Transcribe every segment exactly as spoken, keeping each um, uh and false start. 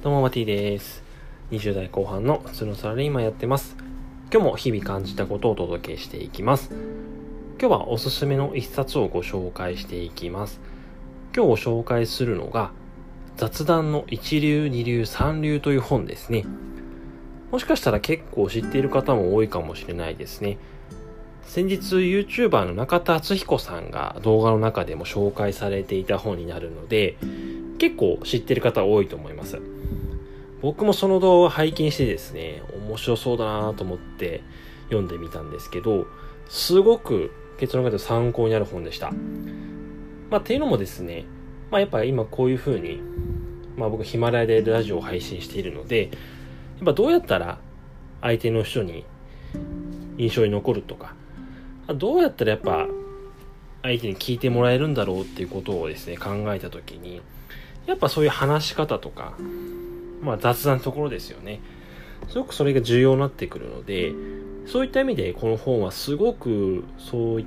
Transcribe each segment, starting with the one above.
どうもマティです。にじゅう代後半の普通のサラリーマンやってます。今日も日々感じたことをお届けしていきます。今日はおすすめの一冊をご紹介していきます。今日ご紹介するのが雑談の一流、二流、三流という本ですね。もしかしたら結構知っている方も多いかもしれないですね。先日 YouTuber の中田敦彦さんが動画の中でも紹介されていた本になるので、結構知ってる方多いと思います。僕もその動画を拝見してですね、面白そうだなと思って読んでみたんですけど、すごく結論が出て参考になる本でした。まあっていうのもですね、まあやっぱ今こういう風に、まあ僕ヒマラヤでラジオを配信しているので、やっぱどうやったら相手の人に印象に残るとか、どうやったらやっぱ相手に聞いてもらえるんだろうっていうことをですね考えたときに、やっぱそういう話し方とか、まあ雑談のところですよね。すごくそれが重要になってくるので、そういった意味でこの本はすごくそういった、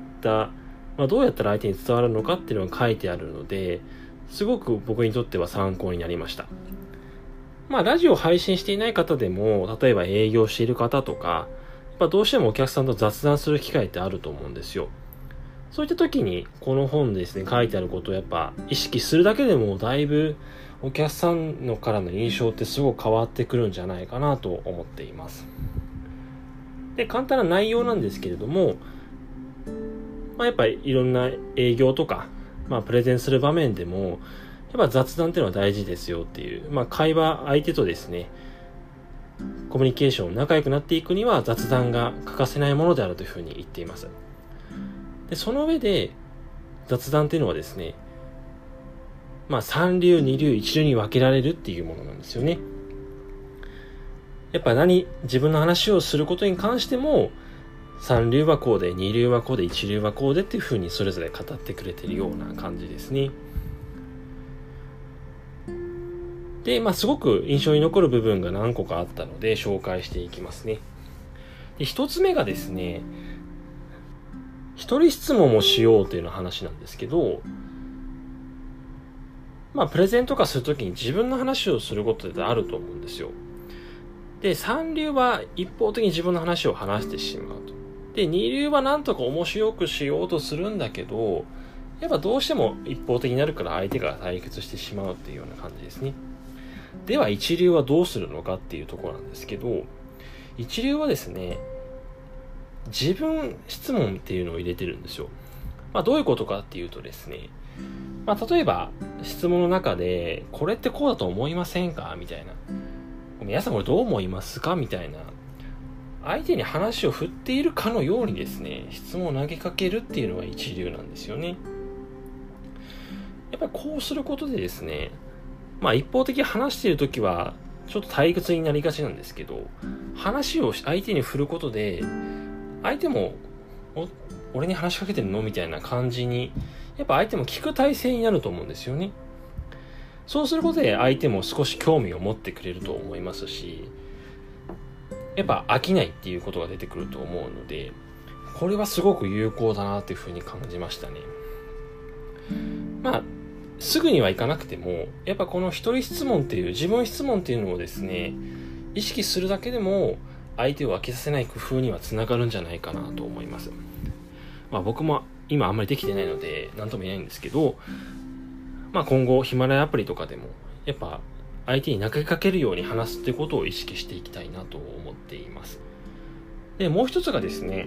まあ、どうやったら相手に伝わるのかっていうのが書いてあるので、すごく僕にとっては参考になりました。まあラジオを配信していない方でも、例えば営業している方とか、まあ、どうしてもお客さんと雑談する機会ってあると思うんですよ。そういった時にこの本でですね書いてあることをやっぱ意識するだけでもだいぶお客さんのからの印象ってすごく変わってくるんじゃないかなと思っています。で、簡単な内容なんですけれども、まあ、やっぱりいろんな営業とか、まあ、プレゼンする場面でもやっぱ雑談っていうのは大事ですよっていう、まあ、会話相手とですねコミュニケーション仲良くなっていくには雑談が欠かせないものであるというふうに言っています。で、その上で雑談っていうのはですね、まあ三流、二流、一流に分けられるっていうものなんですよね。やっぱ何、自分の話をすることに関しても、三流はこうで、二流はこうで、一流はこうでっていうふうにそれぞれ語ってくれてるような感じですね。で、まあすごく印象に残る部分が何個かあったので紹介していきますね。で、一つ目がですね、一人質問をしようというの話なんですけど、まあプレゼンとかするときに自分の話をすることってあると思うんですよ。で、三流は一方的に自分の話を話してしまうと。で、二流はなんとか面白くしようとするんだけど、やっぱどうしても一方的になるから相手が退屈してしまうっていうような感じですね。では一流はどうするのかっていうところなんですけど、一流はですね、自分質問っていうのを入れてるんですよ。まあどういうことかっていうとですね、まあ例えば質問の中でこれってこうだと思いませんかみたいな、皆さんこれどう思いますかみたいな、相手に話を振っているかのようにですね質問を投げかけるっていうのが一流なんですよね。やっぱりこうすることでですね、まあ一方的に話しているときはちょっと退屈になりがちなんですけど、話を相手に振ることで相手もお俺に話しかけてるのみたいな感じに、やっぱ相手も聞く体制になると思うんですよね。そうすることで相手も少し興味を持ってくれると思いますし、やっぱ飽きないっていうことが出てくると思うので、これはすごく有効だなというふうに感じましたね。まあすぐにはいかなくても、やっぱこの一人質問っていう自分質問っていうのをですね意識するだけでも相手を飽きさせない工夫にはつながるんじゃないかなと思います。まあ僕も今あんまりできてないので何とも言えないんですけど、まあ今後ヒマラヤアプリとかでもやっぱ相手に投げかけるように話すってことを意識していきたいなと思っています。で、もう一つがですね、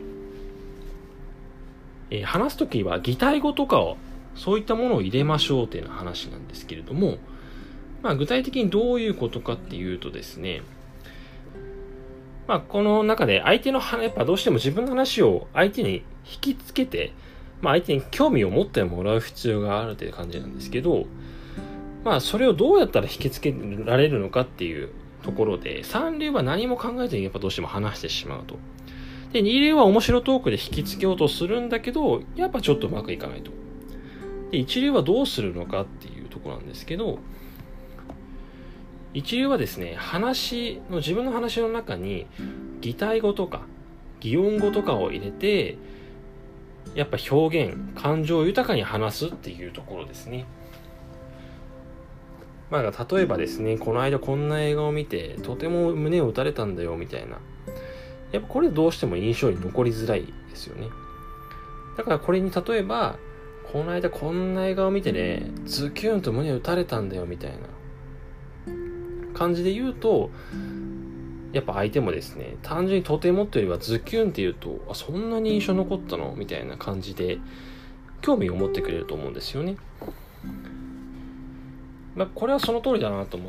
えー、話すときは擬態語とかをそういったものを入れましょうという話なんですけれども、まあ具体的にどういうことかっていうとですね、まあこの中で相手の話、やっぱどうしても自分の話を相手に引きつけて、まあ相手に興味を持ってもらう必要があるという感じなんですけど、まあそれをどうやったら引きつけられるのかっていうところで、三流は何も考えずにやっぱどうしても話してしまうと。で、二流は面白トークで引きつけようとするんだけど、やっぱちょっとうまくいかないと。で、一流はどうするのかっていうところなんですけど、一流はですね、話の、自分の話の中に擬態語とか擬音語とかを入れて、やっぱ表現、感情を豊かに話すっていうところですね。 まあ例えばですね、この間こんな映画を見てとても胸を打たれたんだよみたいな、やっぱこれどうしても印象に残りづらいですよね。だからこれに例えば、この間こんな映画を見てね、ズキュンと胸打たれたんだよみたいな感じで言うと、やっぱ相手もですね、単純にとてもというよりはズキュンって言うと、あ、そんなに印象残ったのみたいな感じで興味を持ってくれると思うんですよね。まあ、これはその通りだなと思って、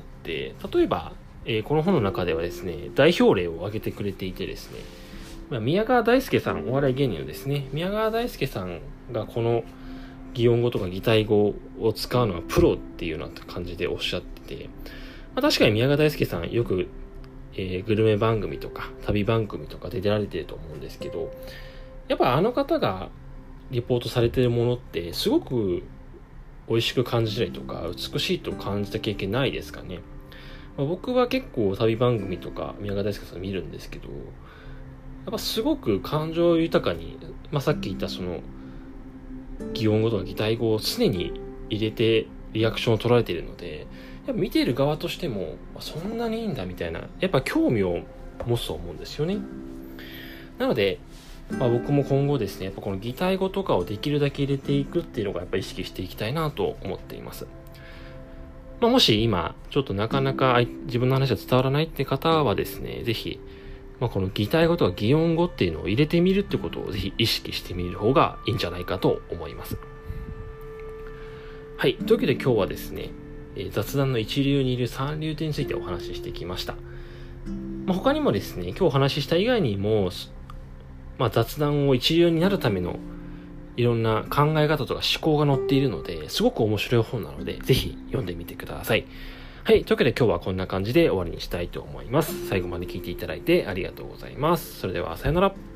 例えば、えー、この本の中ではですね、代表例を挙げてくれていてですね、まあ、宮川大輔さん、お笑い芸人のですね、宮川大輔さんがこの擬音語とか擬態語を使うのはプロっていうような感じでおっしゃってて、まあ、確かに宮川大輔さんよく、えー、グルメ番組とか旅番組とかで出られてると思うんですけど、やっぱあの方がリポートされてるものってすごく美味しく感じたりとか美しいと感じた経験ないですかね。まあ、僕は結構旅番組とか宮川大輔さん見るんですけど、やっぱすごく感情豊かに、まあ、さっき言ったその擬音語とか擬態語を常に入れてリアクションを取られているので、やっぱ見ている側としてもそんなにいいんだみたいな、やっぱ興味を持つと思うんですよね。なので、まあ、僕も今後ですね、やっぱこの擬態語とかをできるだけ入れていくっていうのがやっぱり意識していきたいなと思っています。まあ、もし今ちょっとなかなか自分の話が伝わらないって方はですね、ぜひ、まあ、この擬態語とか擬音語っていうのを入れてみるってことをぜひ意識してみる方がいいんじゃないかと思います。はい。というわけで今日はですね、えー、雑談の一流二流三流点についてお話ししてきました。まあ、他にもですね、今日お話しした以外にも、まあ、雑談を一流になるためのいろんな考え方とか思考が載っているので、すごく面白い本なので、ぜひ読んでみてください。はい。というわけで今日はこんな感じで終わりにしたいと思います。最後まで聞いていただいてありがとうございます。それではさよなら。